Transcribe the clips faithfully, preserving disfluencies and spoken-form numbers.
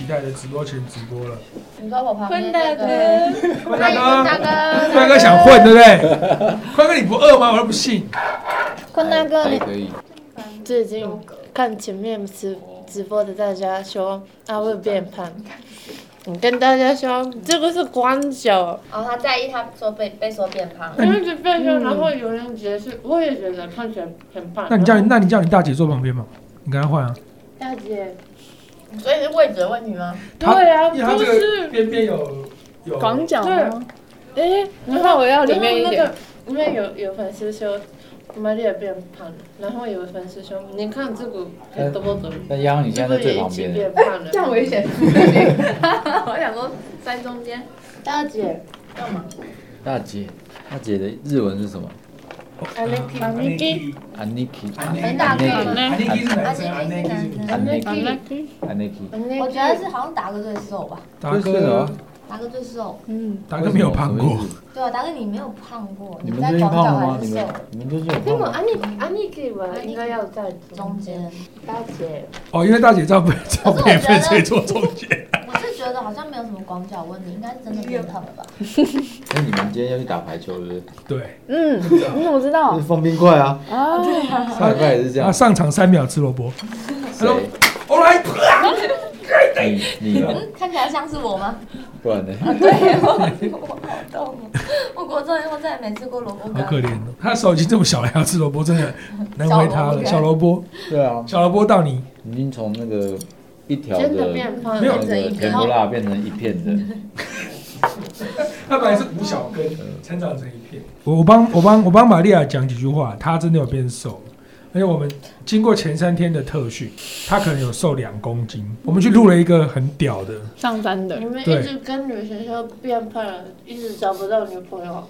期待的直播前直播了。 你说我旁边坤大哥， 坤大哥， 大哥， 坤大哥想混对不对？坤哥你不饿吗？我都不信。 坤大哥， 还可以。 最近看前面直直播的大家说阿会变胖，你跟大家说这个是光脚， 哦，他在意他说被被说变胖了。 因为是变瘦，然后有人解释，我也觉得看起来很胖。 那你叫你那你叫你大姐坐旁边嘛，你跟她换啊。 大姐， 所以是位置的问题吗？ 对啊， 因为它这个边边有有广角吗？ 哎， 然后我要里面一点。 因为有有粉丝说玛利亚变胖了，然后有粉丝说你看这个很多的， 那央你现在在最旁边， 变胖了， 这样危险。我想说在中间。 大姐干嘛？ 大姐，大姐的日文是什么？ 安妮基，安妮基， 安妮基， 很大个吗？ 安妮基是男生，安妮基是女生。 安妮基， 安妮基， 我觉得是好像达哥最瘦吧。 达哥， 达哥最瘦。 嗯， 达哥没有胖过。 对啊，达哥你没有胖过， 你们最近胖了吗？你瘦们你们最近有でも胖吗？ 安妮安妮基吧，应该要在中间。 大姐， 哦，因为大姐照片照片分所以坐中间。 我是觉得好像没有什么广角问题，应该是真的变胖了吧？ 那你们今天要去打排球，对不对？ 对。 嗯，嗯，我知道就是。放冰块啊， 啊，对啊。 上礼拜也是这样。 他上场三秒吃萝卜。 谁？ 我来。 你你啊？ 嗯，看起来像是我吗？ 不然呢？ 对，我我好痛哦！我国中以后再也没吃过萝卜干。 好可怜哦，他的手已经这么小了，还要吃萝卜，真的难为他了。小萝卜， 对啊， 小萝卜到你已经从那个一条的真的变胖没有了， 那个甜不辣变成一片的。 他本来是五小根，成长成一片。我我帮我帮我帮玛利亚讲几句话，她真的有变瘦，而且我们经过前三天的特训，她可能有瘦两公斤。我们去录了一个很屌的， 上山的你。们一直跟女生说变胖了，一直找不到女朋友。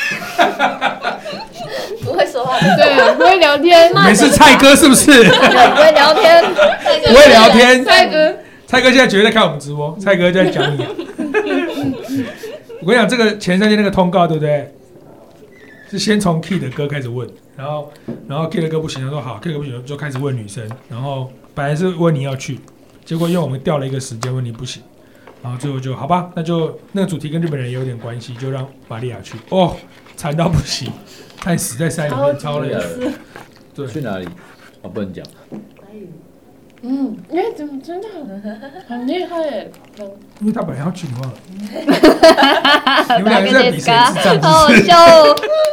不会说话， 对，不会聊天。 你们是蔡哥是不是？ 对，不会聊天。 不会聊天， 蔡哥， 蔡哥现在绝对在看我们直播，蔡哥就在讲你。我跟你讲，这个前三天那个通告对不对？是先从 Key 的歌开始问，然后然后 Key 的歌不行，他说好 ，Key 的歌不行就开始问女生，然后本来是问你要去，结果因为我们调了一个时间问你不行，然后最后就好吧，那就那个主题跟日本人也有点关系，就让玛利亚去。哦，惨到不行，太死在山里面，超累的。对， 去哪里？哦，不能讲。 嗯，你怎么知道？很厉害耶！ 因为他本来要去，你忘了。你们两个在比谁智障？ 好好笑哦。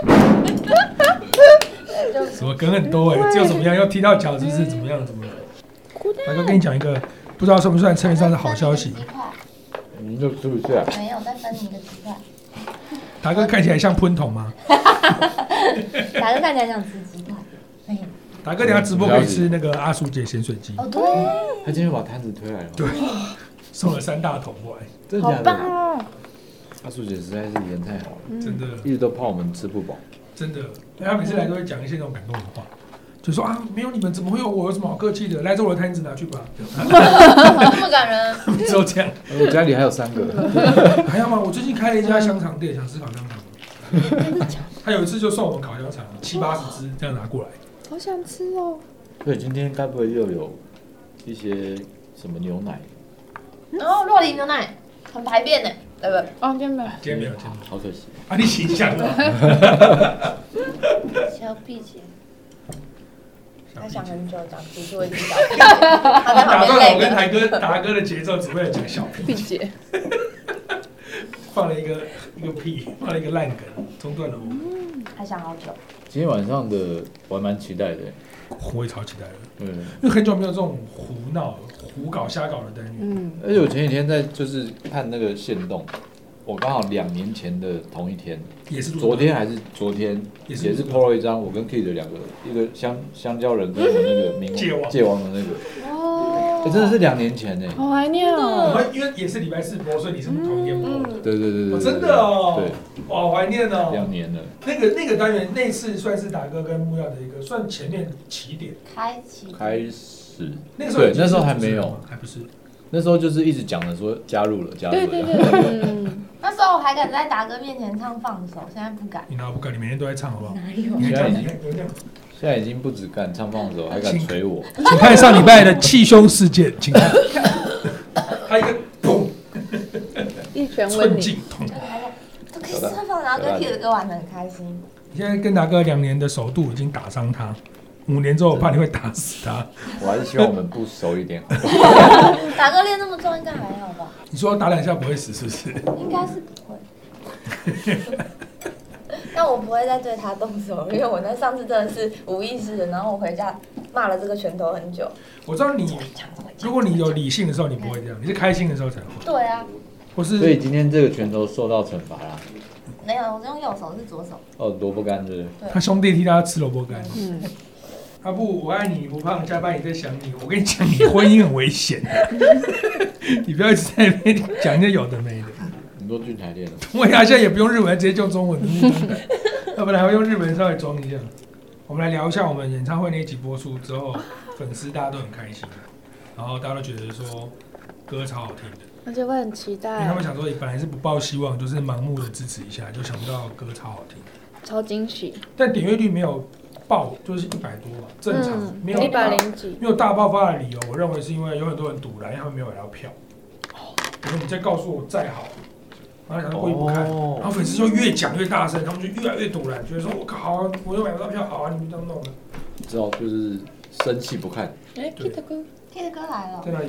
什么梗很多哎，只有怎么样要踢到脚，就是怎么样怎么样。大哥跟你讲一个，不知道算不算称得上是好消息。 你就吃不下。 没有，再分你一个鸡块。 达哥看起来像喷桶吗？ 达哥看起来想吃鸡块。 达哥等下直播可以吃那个阿叔姐咸水鸡。 哦，对。 他今天把摊子推来了。 对，送了三大桶过来。 真的假的？ 好棒哦！ 阿素姐实在是人太好了， 真的， 一直都怕我们吃不饱。 真的，他每次来都会讲一些那种感动的话，就说啊，没有你们怎么会有我？有什么好客气的？来，这我的摊子拿去吧。 这么感人。 只有这样。 我家里还有三个。 还要吗？我最近开了一家香肠店，想吃烤香肠。他有一次就送我们烤香肠，七八十只这样拿过来。 好想吃哦。 对，今天该不会又有一些什么牛奶？ 然后洛梨牛奶很排便呢，对不对？ 哦，今天没有。 今天没有，今天没有。 好可惜。 啊，你形象了。 小屁姐， 他想很久讲提出一只小屁，他在旁打断了我跟边累的。 台哥达哥的节奏，只为了讲小屁。 毕姐。 放了一个一个屁，放了一个烂梗，中断了我。 还想好久。 今天晚上的我还蛮期待的。 我也超期待的。 嗯。 因为很久没有这种胡闹、胡搞、瞎搞的单元。 嗯。 而且我前几天在就是看那个限动，我刚好两年前的同一天， 也是昨天还是昨天， 也是也是 po 了一张我跟 Kid 的两个，一个香香蕉人跟我那个冥界王界王的那个。 哦。 欸、真的是两年前呢。 好怀念我哦。 们因为也是礼拜四播，所以你是同一天播的。 对对对对。 哦，真的哦。 对。 哇，好怀念哦。 两年了。 那个那个单元那次算是达哥跟木曜的一个算前面起点。 开启。 开始。 那个时候对，那时候还没有， 还不是。 那时候就是一直讲的说加入了，加入了。 对对对。嗯。 那时候我还敢在达哥面前唱放手，现在不敢。 你哪不敢？你每天都在唱，好不好？ 哪有？ 现在已经现在已经不止敢唱放手，还敢捶我。 请看上礼拜的气胸事件，请看。他他一个砰， 一拳温你。 寸劲痛。 都可以吃饭，然后跟 Kid 哥玩得很开心。 你现在跟达哥两年的熟度已经打伤他，五年之后我怕你会打死他。 我还是希望我们不熟一点好。 达哥练那么重，应该还好吧？ 你说打两下不会死是不是？ 应该是不会。但我不会再对他动手，因为我那上次真的是无意识的，然后我回家骂了这个拳头很久。 我知道你，如果你有理性的时候你不会这样，你是开心的时候才会。 对啊。 或是所以今天这个拳头受到惩罚啦。 没有，我是用右手，是左手。 哦，萝卜干对。 他兄弟替他吃萝卜干。 嗯。 阿布，我爱你，你不胖，加班也在想你。我跟你讲，你婚姻很危险的，你不要一直在那边讲一些有的没的。 很多俊才练的。 对啊，现在也不用日文，直接用中文，要不然还会用日文稍微装一下。我们来聊一下我们演唱会那一集播出之后，粉丝大家都很开心，然后大家都觉得说歌超好听的。 而且会很期待， 因为他们想说，本来是不抱希望，就是盲目的支持一下，就想不到歌超好听， 超惊喜。但点阅率没有爆，就是一百多嘛，正常， 嗯、 没有一百零几， 没有大爆发的理由。我认为是因为有很多人堵来，因为他们没有买到票。比如你再告诉我再好，然后想说故意不看，然后粉丝就越讲越大声，他们就越来越堵来，觉得说我靠，啊，我又买不到票，好啊，你们这样弄的。 知道就是生气不看。 哎 ，Kid 哥。 Kid 哥来了， 在哪里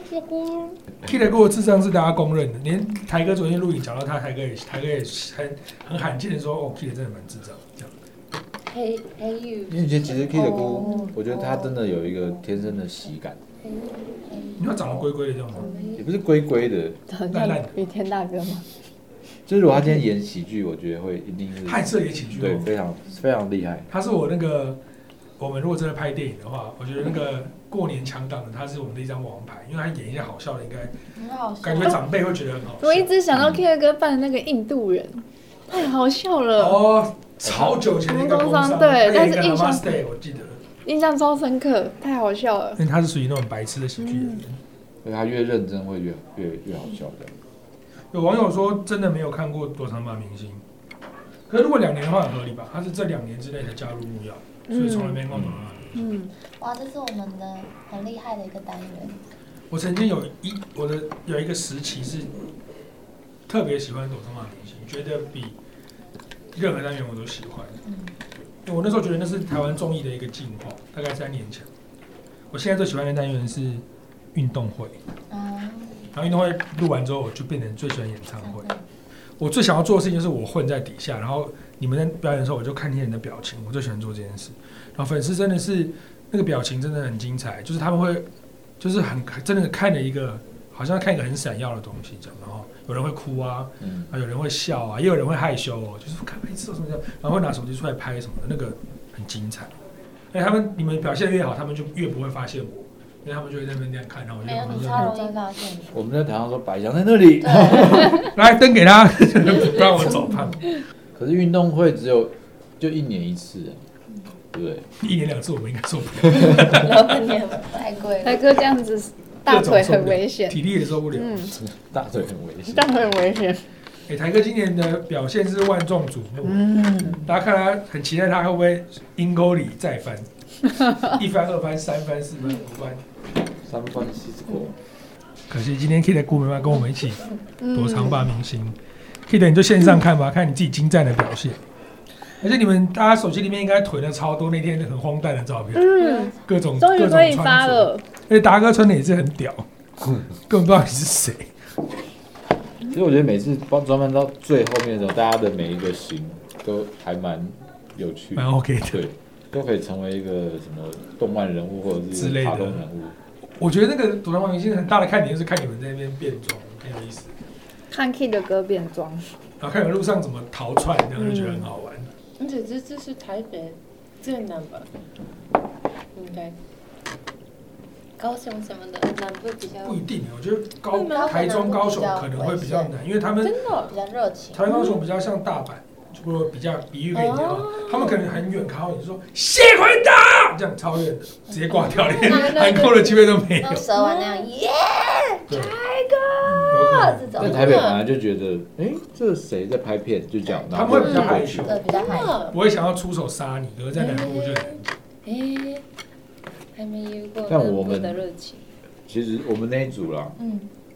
？Kid 哥的智商是大家公认的，连台哥昨天录影讲到他，台哥也台哥也很很罕见的说，哦 ，Kid 真的蛮智障这样。 Hey Hey You， 因为其实 Kid 哥，我觉得他真的有一个天生的喜感。 你要长得龟龟的这样吗？ 也不是龟龟的， 烂烂的。 雨天大哥吗？ 就是如果他今天演喜剧，我觉得会一定是。 他很适合演喜剧， 对，非常非常厉害。 他是我那个。我们如果真的拍电影的话，我觉得那个过年强档的他是我们的一张王牌，因为他演一些好笑的，应该感觉长辈会觉得很好笑。 我一直想到 Kid 哥扮的那个印度人，太好笑了。 哦，超久前的一个工商， 对，但是印象我记得印象超深刻，太好笑了。 因为他是属于那种白痴的喜剧演员， 所以他越认真会越越越好笑的。 有网友说真的没有看过躲藏吧明星，可是如果两年的话很合理吧？他是这两年之内才加入木曜。所以从来没看过。 嗯，哇，这是我们的很厉害的一个单元。 我曾经有一我的有一个时期是特别喜欢躲藏吧明星，觉得比任何单元我都喜欢。嗯，因为我那时候觉得那是台湾综艺的一个进化，大概三年前。我现在最喜欢的单元是运动会。嗯。然后运动会录完之后，我就变成最喜欢演唱会。我最想要做的事情就是我混在底下，然后你们在表演的时候，我就看见人的表情，我最喜欢做这件事。然后粉丝真的是那个表情真的很精彩，就是他们会就是很真的看了一个好像看一个很闪耀的东西这样，然后有人会哭啊，嗯，有人会笑啊，也有人会害羞哦，就是看每次什么这样，然后会拿手机出来拍什么的，那个很精彩。而且他们你们表现越好，他们就越不会发现我。因为他们就会在那边这样看，然后我就没有你超容易发现。 我们在台上说百祥在那里， 来灯给他，不让我走胖。 可是运动会只有就一年一次，对不对？ 一年两次我们应该做不了。 两年太贵了。 台哥这样子大腿很危险， 体力也受不了。 嗯， 大腿很危险， 大腿很危险。 哎、欸，台哥今年的表现是万众瞩目，嗯，大家看他很期待他会不会阴沟里再翻，一翻、二翻、三翻、四翻、五翻。 三番四过， 可惜今天 Kid 姑没办法跟我们一起躲藏吧明星。Kid 你就线上看吧，看你自己精湛的表现。而且你们大家手机里面应该囤了超多那天很荒诞的照片，嗯，各种终于可以发了。 而且达哥穿的也是很屌，根本不知道你是谁。 其实我觉得每次帮专门到最后面的时候，大家的每一个型都还蛮有趣， 蛮 OK 的， 对，都可以成为一个什么动漫人物或者是卡通人物。 我觉得那个躲藏吧明星很大的看点就是看你们在那边变装，很有意思。 看 Kid 的歌变装， 然后看你们路上怎么逃窜，这样就觉得很好玩。 而且这这是台北最南吧？应该。高雄什么的南部比较不一定，我觉得高台中、高雄可能会比较难，因为他们真的比较热情。 台湾、高雄比较像大阪。如果比较比喻可以讲，他们可能很远，靠你说谢回答，这样超远的，直接挂掉，连喊扣的机会都没有。 蛇丸那样，耶， 台哥，这种。 在台北本来就觉得，哎，这谁在拍片？就这样， 他们会比较害羞， 对，比较害羞， 不会想要出手杀你。可是，在南部就很哎，还没遇过像我们的热情。 其实我们那一组啦，嗯，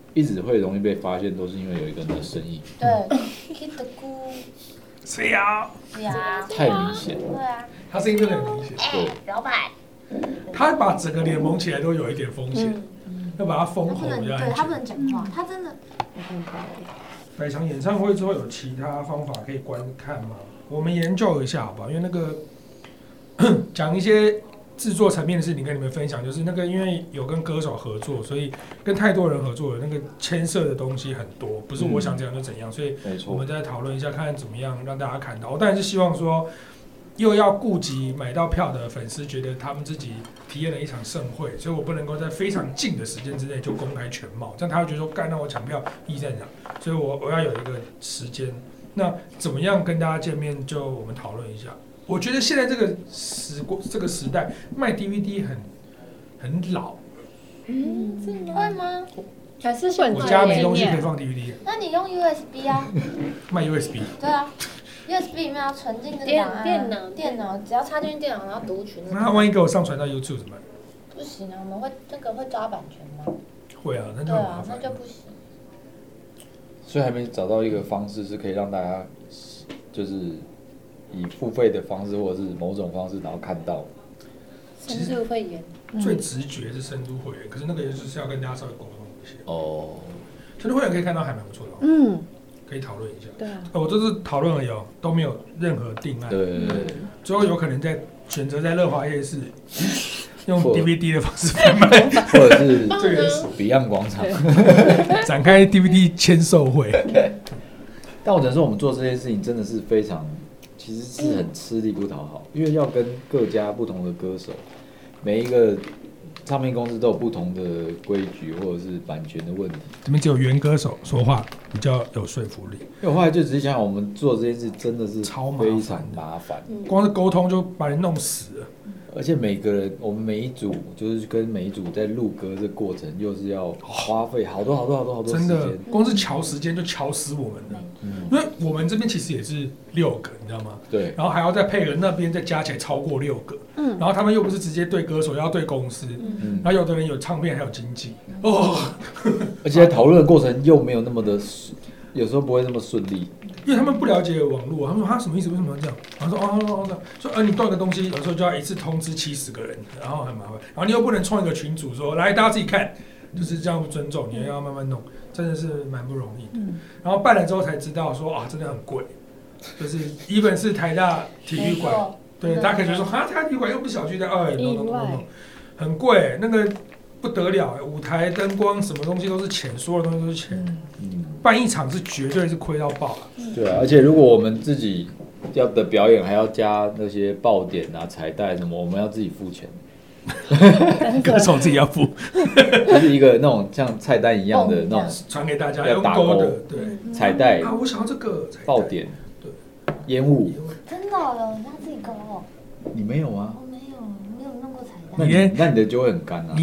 一直会容易被发现，都是因为有一个人的身影对 ，Kid 的姑， 谁呀？ 是啊， 太明显了。 对啊， 他声音真的很明显。 对， 老板， 他把整个脸蒙起来都有一点风险，要把它封他不能， 喉比较对他不安全。 能讲话，他真的， 百场演唱会之后有其他方法可以观看吗？我们研究一下好不好？因为那个讲一些制作层面的事情跟你们分享，就是那个因为有跟歌手合作，所以跟太多人合作，那个牵涉的东西很多，不是我想怎样就怎样，所以没错我们。再讨论一下，看怎么样让大家看到。我当然是希望说，又要顾及买到票的粉丝觉得他们自己体验了一场盛会，所以我不能够在非常近的时间之内就公开全貌，这样他会觉得说，干，那我抢票意义在哪？所以我我要有一个时间。那怎么样跟大家见面？就我们讨论一下。我觉得现在这个时这个时代卖 D V D 很很老， 嗯，是吗？ 会吗？ 还是会我家没东西可以放 D V D， 那你用 U S B 啊？ 卖 U S B。 对啊，U S B 里面要存进这个电档案啊。 电脑电脑只要插进去电脑，然后读取那个。 那他万一给我上传到 YouTube 怎么办？ 不行啊，我们会那个会抓版权吗？ 会啊，那就对啊很麻，烦。 那就不行。 所以还没找到一个方式是可以让大家，就是以付费的方式或者是某种方式，然后看到。 深度会员， 最直觉是深度会员，可是那个也就是要跟大家稍微沟通一些。 哦， 深度会员可以看到还蛮不错的、哦， 嗯， 可以讨论一下。 对啊， 呃我这是讨论而已哦，都没有任何定案。 对对对， 最后有可能在选择在乐华夜市用或 D V D 的方式贩卖， 或者是最原始 Beyond 广场。 展开 D V D 签售会。 但我只能说，我们做这件事情真的是非常，其实是很吃力不讨好，因为要跟各家不同的歌手，每一个唱片公司都有不同的规矩或者是版权的问题。 这边只有原歌手说话比较有说服力， 因为我后来就仔细想想，我们做这件事真的是超麻烦的非常麻烦， 光是沟通就把人弄死了。 而且每个人，我们每一组就是跟每一组在录歌这过程，又是要花费好多好多好多好多时真的间。， 光是调时间就调死我们了。 嗯， 因为我们这边其实也是六个，你知道吗？ 对， 然后还要再配合那边再加起来超过六个， 嗯然后他们又不是直接对歌手，要对公司， 嗯， 然后有的人有唱片还有经纪，哦， 而且在讨论的过程又没有那么的顺，有时候不会那么顺利。 因为他们不了解网络，他们说他什么意思？为什么要这样？然后说哦哦哦哦，说呃你断个东西，有时候就要一次通知七十个人，然后很麻烦，然后你又不能创一个群组说来大家自己看，就是这样不尊重，你要慢慢弄，真的是蛮不容易的。然后办了之后才知道说啊，真的很贵，就是一本是台大体育馆。对，大家可以觉得说，哈，他体育馆又不是小巨蛋，哎，no no no no，很贵，那个不得了，舞台灯光什么东西都是钱，所有东西都是钱， 嗯， 办一场是绝对是亏到爆了。 对啊，而且如果我们自己要的表演还要加那些爆点啊、彩带什么，我们要自己付钱， 歌手自己要付， 就是一个那种像菜单一样的那种传给大家要打勾用勾的，对彩带、 啊，我想要这个彩带爆点、 对烟雾， 真的哦，你要自己勾哦。 你没有吗？ 我没有，没有弄过彩那蛋。 你那你的就会很干啊。 你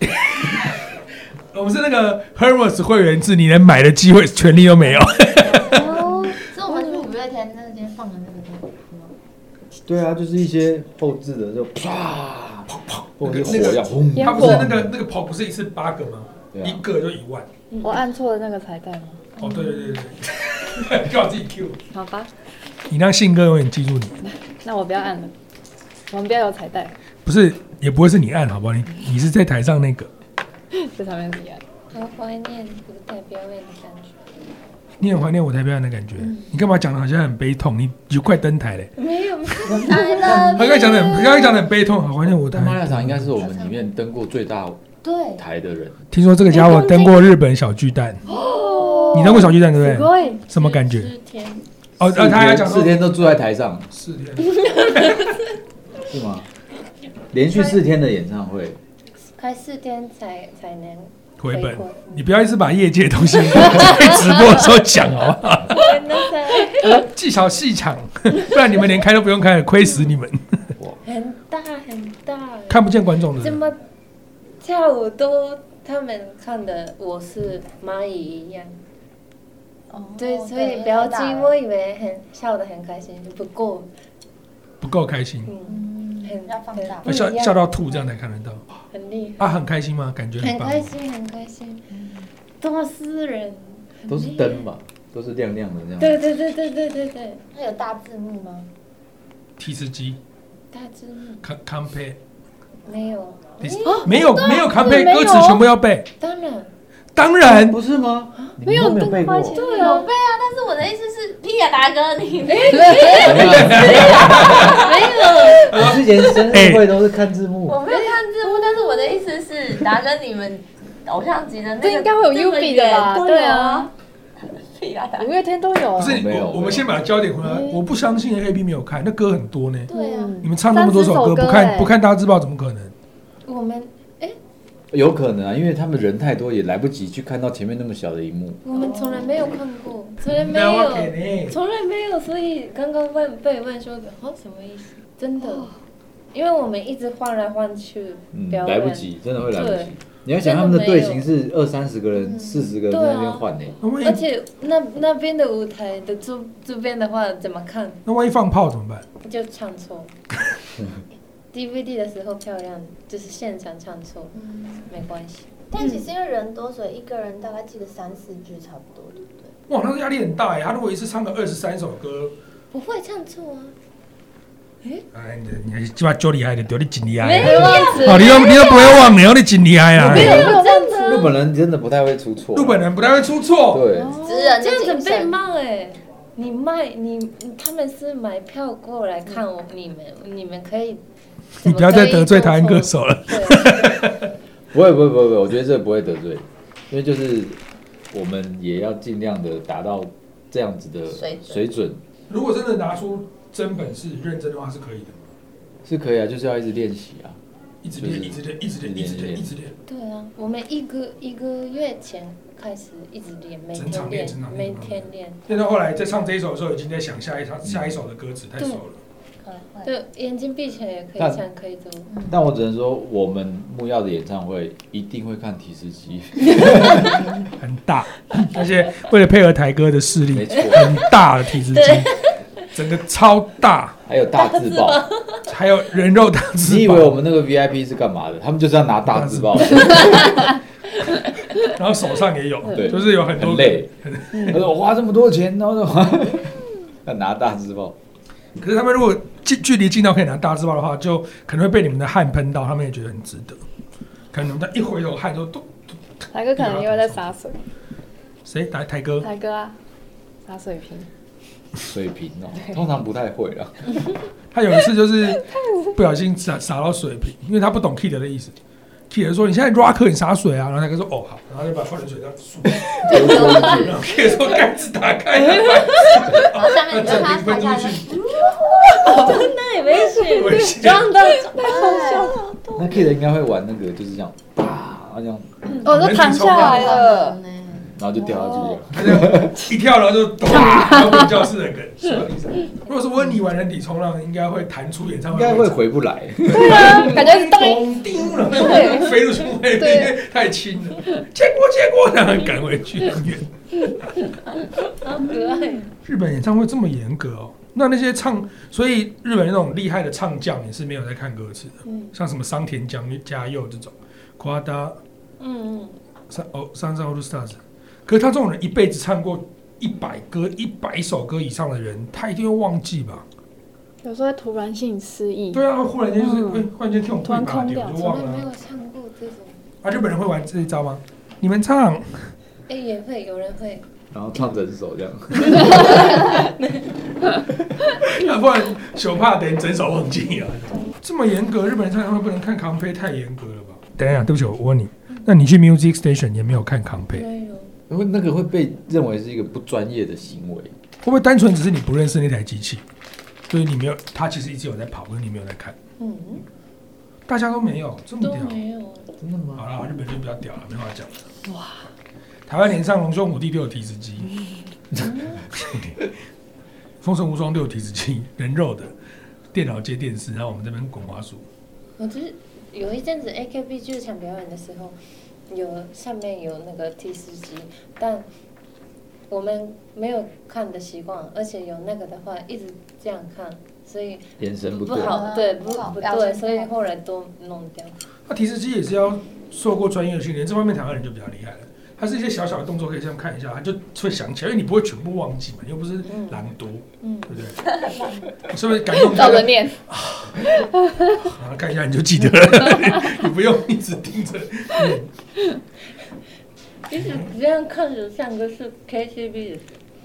我们是那个 Hermes 会员制，你连买的机会权利都没有。 哦，所以我们去五月天那间放的那个地方吗？ 对啊，就是一些后置的就啪砰砰， 或者是那个火药，轰， 烟它不是那个那个跑不是一次八个吗？ 对啊一个就一万。 我按错了那个彩带吗？ 哦，对对对对，叫我自己 Q。 好吧， 你让信哥永远记住你， 那我不要按了，我们不要有彩带， 不是也不会是你按，好不好？你你是在台上那个， 这上面是一按。 好怀念舞台表演的感觉。 你很怀念舞台表演的感觉，你干嘛讲的好像很悲痛？你就快登台嘞！ 没有， I love 他刚才讲的，刚才讲的很悲痛，好怀念舞但马台。 拉场应该是我们里面登过最大对， 台的人， 听说这个家伙登过日本小巨蛋， 哦你登过小巨蛋对不对？ 对， 什么感觉？ 四天， 哦， 四呃，他还天讲说四天都住在台上， 四天， 是吗？连续四天的演唱会， 开四天才才能回本国。 你不要一直把业界的东西在直播的时候讲好不好？ 真的是技巧细场，不然你们连开都不用开了，亏死你们， 很大很大， 看不见观众的人。 怎么跳舞都他们看的我是蚂蚁一样。 哦对，所以表情我以为很笑得很开心，不过不够开心， 嗯，很要放大要笑笑到吐，这样才看得到。 很厉害， 啊，很开心吗？感觉很棒很开。心，很开心。 多私人， 都是灯吧，都是亮亮的这样。 对对对对对对对， 它有大字幕吗？ 提词机大字幕 ，com compare， 没有， 没有没有 compare， 没有歌词全部要背。 当然当然， 不是吗？你没有们都没有背过。 对有背啊，但是我的意思是，屁呀，达哥，你没有， 我之前生日会都是看字幕。 我没有看字幕，但是我的意思是，达哥你们偶像级的那个， 这应该会有 U B 的吧？对啊， 屁呀，达哥五月天都有啊。 不是没有我，我们先把焦点回来。我不相信 A K B 没有看，那歌很多呢。 对啊， 你们唱那么多首歌，不看不看大家知道怎么可能？ 我们有可能啊，因为他们人太多，也来不及去看到前面那么小的荧幕。 我们从来没有看过，从来没那我有， 给你从来没有，所以刚刚问被问说，哦，什么意思？真的，因为我们一直换来换去嗯， 表演， 来不及，真的会来不及对。 你要想他们的队形是二三十个人、四十个人对啊在那边换呢。 那万一而且那那边的舞台的周周边的话，怎么看那万一放炮怎么办？ 就唱错。D V D 的时候漂亮，就是现场唱错，没关系。 但其实因为人多，所以一个人大概记个三四句差不多，对不对？ 哇，那压力很大哎！他如果一次唱个二十三首歌， 不会唱错啊， 哎，你你起码就厉害的，丢你真厉害。 没有哦，你都你都不会忘，你你真厉害啊！ 没有这样子啊， 日本人真的不太会出错。 日本人不太会出错。 对， 职人这样子被的精神。 骂哎。你卖你，他们是买票过来看我，你们你们可以， 你不要再得罪台湾歌手了。 对， 不会不会不会不会，我觉得这个不会得罪，因为就是我们也要尽量的达到这样子的水准水准， 如果真的拿出真本事、认真的话，是可以的嘛？ 是可以啊，就是要一直练习啊。 一直练， 就是一直练，一直练，一直练，一直练。 对啊，我们一个一个月前开始一直练，每整场练天练整场，练每天练。 练到后来，在唱这一首的时候，已经在想下一场、下一首的歌词，太熟了。 对，眼睛闭起来也可以但唱，可以走。 但我只能说，我们木曜的演唱会一定会看提示机， 很大，而且为了配合台歌的势力， 没错， 很大的体脂机，整个超大， 还有大字报。 还有人肉大字报。 你以为我们那个 V I P 是干嘛的？他们就是要拿大字报， 然后手上也有， 对就是有很多很累。他说我花这么多钱，然后就花要拿大字报。 可是他们如果近距离近到可以拿大字报的话，就可能会被你们的汗喷到，他们也觉得很值得。可能你们在一回头汗就都台哥可能因为在洒水， 谁台台哥？ 台哥啊，洒水瓶， 水瓶哦，通常不太会啦。 他有一次就是不小心洒洒到水瓶，因为他不懂 Kid 的意思。Kid 说：“你现在 rock 你洒水啊。”然后台哥说：“哦好。”然后就把矿泉水这样漱。然后 Kid 说：“盖子打开。” 然后下面你就整看他台下瓶喷出去， 那也没事， 危险。 装的那 Kid 应该会玩那个，就是这样，啪，这样， 哦，就弹下来了， 然后就掉下去了。 他就一跳，然后就咚，然后变教室的梗。如果是温妮玩人体冲浪，应该会弹出演唱会， 应该会回不来。 对啊，感觉是咚， 咚叮，然后飞出去外面，因为太轻了，结果结果，然后赶回去很远。 好可爱。 日本演唱会这么严格哦？那那些唱，所以日本那种厉害的唱将，你是没有在看歌词的， 嗯像什么桑田将加佑这种，夸大嗯嗯， 三哦三三 All Stars，可是他这种人一辈子唱过一百歌、一百首歌以上的人，他一定会忘记吧？ 有时候会突然性失忆。 对啊，忽然间就是，哎、 嗯忽然间听我突然会打空掉就忘了、 从来没有啊。 唱过这种。 啊，日本人会玩这一招吗？你们唱， 哎，也会有人会。 然后唱整首这样。 啊、不然手怕等整首忘记了。这么严格，日本人唱唱会不能看康配，太严格了吧？等一下，对不起，我问你，那你去 Music Station 也没有看康配，会没有。 会那个会被认为是一个不专业的行为。 不会单纯只是你不认识那台机器，所以你没有，他其实一直有在跑，可是你没有在看， 嗯， 大家都没有，这么都屌。 没有。 真的吗？ 好啦，日本就比较屌了，没话讲了。哇，台湾连上龙兄虎弟都有提词机，风神无双都有提词机，人肉的，电脑接电视，然后我们这边滚滑鼠。 我就是有一阵子 A K B 剧场表演的时候，有上面有那个提示机，但我们没有看的习惯，而且有那个的话一直这样看，所以眼神不对。 不好，对，不不好不对， 表情所以后来都弄掉。 那提词机也是要受过专业的训练，这方面台湾人就比较厉害了。 它是一些小小的动作，可以这样看一下，它就会想起来，因为你不会全部忘记嘛，你又不是朗读， 嗯， 对不对？是不是感动？ 照着念， 啊，看一下你就记得了，你不用一直盯着念。 其实这样看着像个是 K T V 的。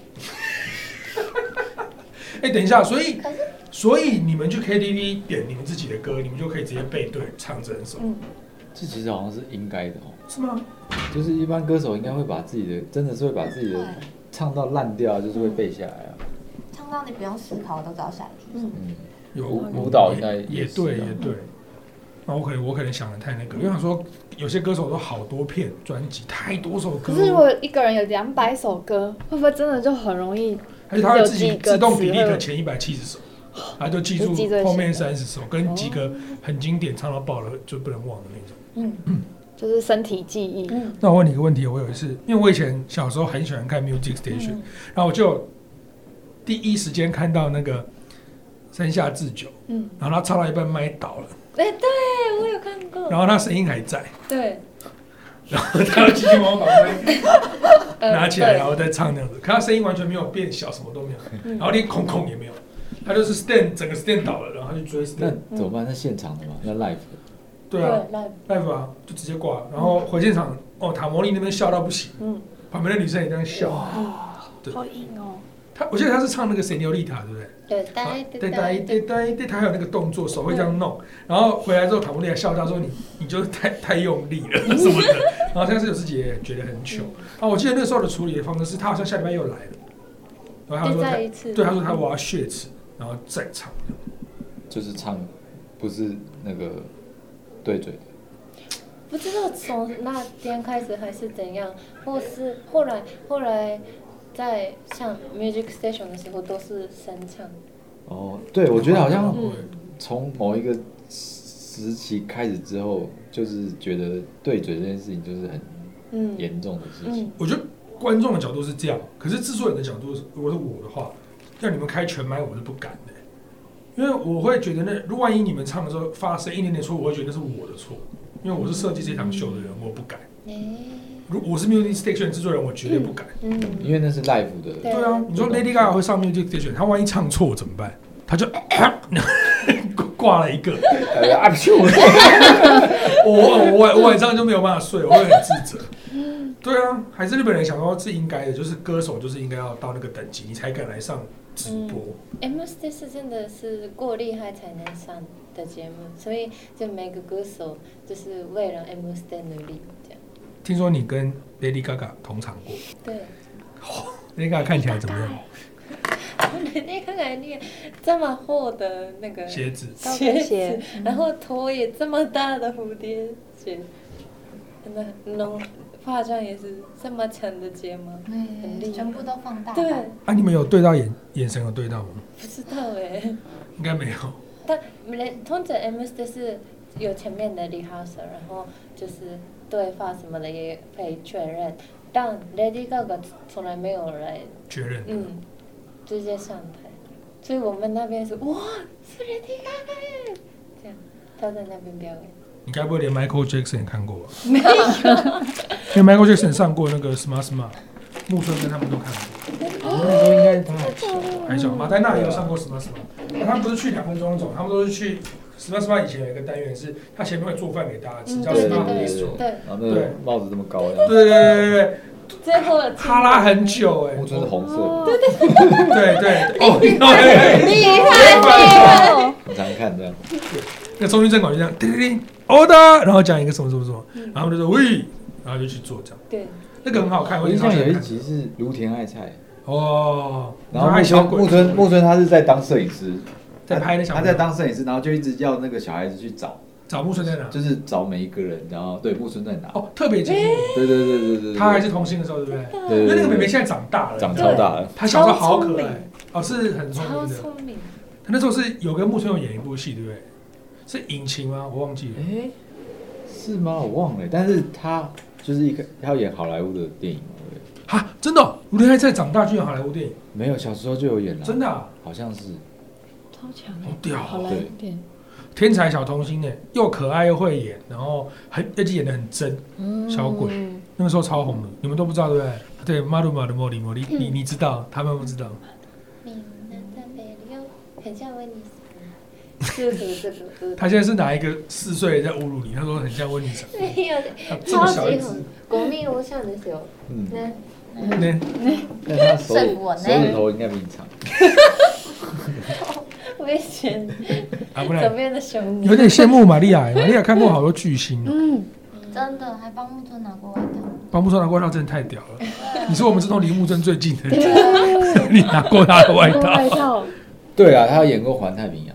哎，等一下，所以可是所以你们去 K T V 点你们自己的歌，你们就可以直接背对唱整首， 嗯， 这其实好像是应该的哦， 是吗？ 就是一般歌手应该会把自己的，真的是会把自己的对唱到烂掉，就是会背下来啊。 唱到你不用思考都知道下一句。 嗯， 嗯， 有舞舞蹈应该也也是啊对，也对。那我可能我可能想的太那个，因为想说有些歌手都好多片专辑，太多首歌可，是如果一个人有两百首歌，会不会真的就很容易？ 而且他会自己有几个自动比例词会的前一百七十首，他就记住就记最后面前三十首，跟几个很经典唱到爆了就不能忘的那种。 嗯就是身体记忆。 嗯那我问你一个问题，我有一次，因为我以前小时候很喜欢看 Music Station，、 嗯然后我就第一时间看到那个山下智久， 嗯， 然后他唱到一半麦倒了， 哎、对我有看过， 然后他声音还在， 对， 然后他要急急忙忙把麦呃拿起来， 对然后再唱那样子，可他声音完全没有变小，什么都没有， 嗯然后连空空也没有，他就是 stand 整个 stand 倒了，然后他就追 stand， 那怎么办？那现场的嘛，那 live 的。 对啊对， ，live 啊，就直接挂，然后回现场，哦，塔摩利那边笑到不行， 嗯旁边的女生也这样笑，对好硬哦。 他我记得他是唱那个《神牛丽塔》，对不对？ 对， 啊呆对对对对对，他还有那个动作，手会这样弄，然后回来之后，塔摩利还笑他说你你就是太太用力了什么的，然后现在是有自己也觉得很糗。然后我记得那时候的处理的方式是，他好像下礼拜又来了，然后他就说他再一次， 对他说他我要血池，然后再唱。 就是唱，不是那个对嘴的。 不知道从那天开始还是怎样，或是后来后来在像 Music Station 的时候都是声唱， 哦，对，我觉得好像嗯从某一个时期开始之后，就是觉得对嘴这件事情就是很嗯严重的事情。 嗯我觉得观众的角度是这样，可是制作人的角度，如果是我的话，要你们开全麦我是不敢的，因为我会觉得那如果万一你们唱的时候发生一点点错，我会觉得那是我的错，因为我是设计这场秀的人，我不敢。 哎如我是 Music Station 制作人，我绝对不敢。 嗯因为那是 live 的， 对对啊，你说 Lady Gaga 会上 Music Station，她万一唱错怎么办？她就挂了一个， 呃啊咻， 我我我晚上就没有办法睡，我会很自责。对啊，还是日本人想说是应该的，就是歌手就是应该要到那个等级，你才敢来上直播。 M S T 是真的是够厉害才能上的节目，所以就每个歌手就是为了 M S T 努力这样。 听说你跟 Lady Gaga 同场过对， ，Lady Gaga 看起来怎么样？ 你看看那个这么厚的那个鞋子， 高跟鞋， 然后头也这么大的蝴蝶结，那浓化妆也是这么强的睫毛，很厉害全部都放大。 对， 啊，你们有对到眼眼神有对到吗？ 不知道哎。 应该没有。 但通常 M S T 是有前面的 rehearsal， 然后就是对话什么的也会确认，但 Lady Gaga 从来没有来， 确认。 嗯，直接上台，所以我们那边是哇，是 Lady Gaga 耶，这样他在那边表演。 你该不会连 Michael Jackson 也看过吧？没有，因为 Michael Jackson 上过那个 Smart Smart， 木村跟他们都看过。 我那时候应该他还小， 还小，马丹娜也有上过 Smart Smart， 那他们不是去两分钟那种，他们都是去 Smart Smart 以前有一个单元是，他前面会做饭给大家吃，叫嗯对 Smart 对 Bistro。 对， 然后那个帽子这么高，这样对对对对对， 最后的他拉很久哎， 木村是红色的， 哦， 对对对，哦， 厉害哦， 很常看这样。 那中军正管就这样，叮叮叮，哦的，然后讲一个什么什么什么，然后就说喂，然后就去做这样， 对， 那个很好看，我我印象有一看集是芦田爱菜， 哦， 然后木还小鬼村木村木村他是在当摄影师， 在拍那小他在当摄影师，然后就一直要那个小孩子去找， 找木村在哪？ 就是找每一个人，然后对木村在哪？ 哦，特别节目， 对对对对对对， 他还是童星的时候，对不对？ 对对因为那个妹妹对， 现在长大了， 长超大了， 她小时候好可超聪爱，哦，是很聪超明的。 聪明， 她那时候是有跟木村有演一部戏，对不对？是引擎吗？我忘记了。 哎，是吗？我忘了，但是他就是一个他要演好莱坞的电影嘛，对不对？ 哈，真的、哦，吴天爱在长大居然好莱坞电影， 没有，小时候就有演了， 真的、啊， 好像是， 超强好屌、 好哦， 来一点， 天才小童星呢，又可爱又会演，然后很而且演的很真， 嗯小鬼那个时候超红的，你们都不知道对不对？对，马鲁马的茉莉茉莉，你你知道，他们不知道。 很像温妮莎，是不是这个歌？ 他现在是哪一个四岁在侮辱你？他说很像温妮莎。 没有， 这么小一只。 国民偶像的时候， 嗯， 那但他手说服我呢手指头应该比你长。 我也觉得， 啊，不然左边的熊有点羡慕玛利亚，玛利亚看过好多巨星哦。 嗯， 真的还帮木村拿过外套。 帮木村拿过外套真的太屌了！你是我们这种离木村最近的人，你拿过他的外套。 外套， 对啊，他有演过《环太平洋》。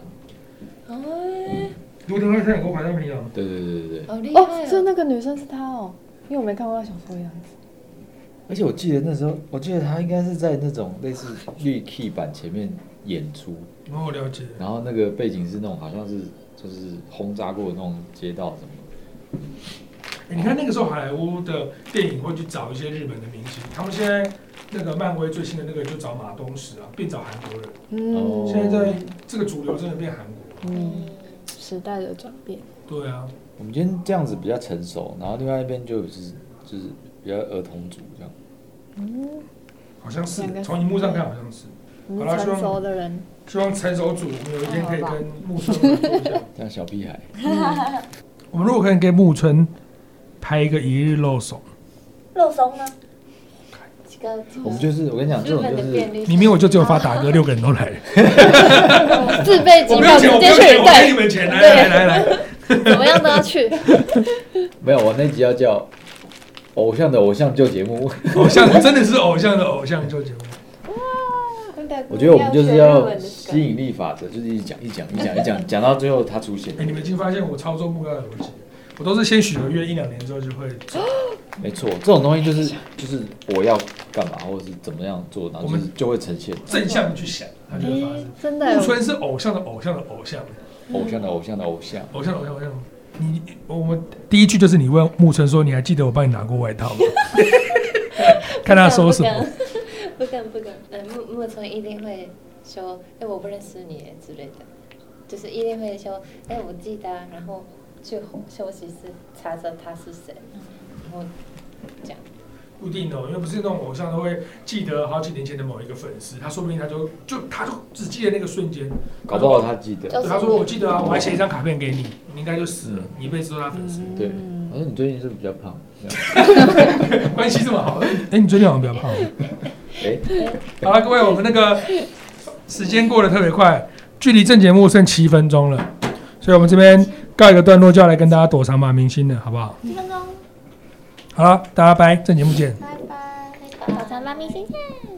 卢德威他演过《环太平洋》。 对对对对对。 好厉害哦，所以那个女生是她哦，因为我没看过她小时候的样子。 而且我记得那时候，我记得他应该是在那种类似绿 key 版前面演出， 哦，我了解。 然后那个背景是那种好像是就是轰炸过的那种街道什么的。 欸、你看那个时候好莱坞的电影会去找一些日本的明星，他们现在那个漫威最新的那个就找马东石啊，变找韩国人。 嗯， 现在在这个主流真的变韩国。 嗯，时代的转变。 对啊， 我们今天这样子比较成熟，然后另外一边就是就是比较儿童组这样。 嗯， 好像是两个从荧幕上看好像是。 你是成熟的人。 希望成熟组我们有一天可以跟木村合作一下。 像小屁孩。 我们如果可以跟木村拍一个一日肉松， 肉松呢？ 我们就是我跟你讲，这种就是明明我就只有发达哥，六个人都来了。 自备机票直接去， 我给你们钱，来来来来， 怎么样都要去。 没有，我那集要叫偶像的偶像旧节目。 偶像真的是偶像的偶像旧节目。 我觉得我们就是要吸引力法则，就是一讲一讲一讲一讲，讲到最后他出现。 哎，你们已经发现我操作目标的逻辑，我都是先许个愿，一两年之后就会做。 没错，这种东西就是就是我要干嘛，或者是怎么样做，然后就是就会呈现正向的去想，它就会发生。 真的， 木村是偶像的偶像的偶像， 偶像的偶像的偶像， 偶像的偶像偶像。你我们第一句就是你问木村说，你还记得我帮你拿过外套吗？看他说什么。 不敢不敢，呃，木木村一定会说，哎，我不认识你之类的，就是一定会说，哎，我记得，然后去休息室查着他是谁，然后这样。 不一定哦，因为不是那种偶像都会记得好几年前的某一个粉丝，他说不定他就就他就只记得那个瞬间， 搞不好他记得。 对，他说我记得啊，我还写一张卡片给你，你应该就死了，你一辈子都是他粉丝。 对，我说你最近是不是比较胖？ 关系这么好，哎，你最近好像比较胖。 哎， 好了，各位，我们那个时间过得特别快，距离正节目剩七分钟了，所以我们这边告一个段落，就要来跟大家躲藏马明星了，好不好？ 七分钟。 好了，大家拜，正节目见。 拜拜。早餐吧，明星见。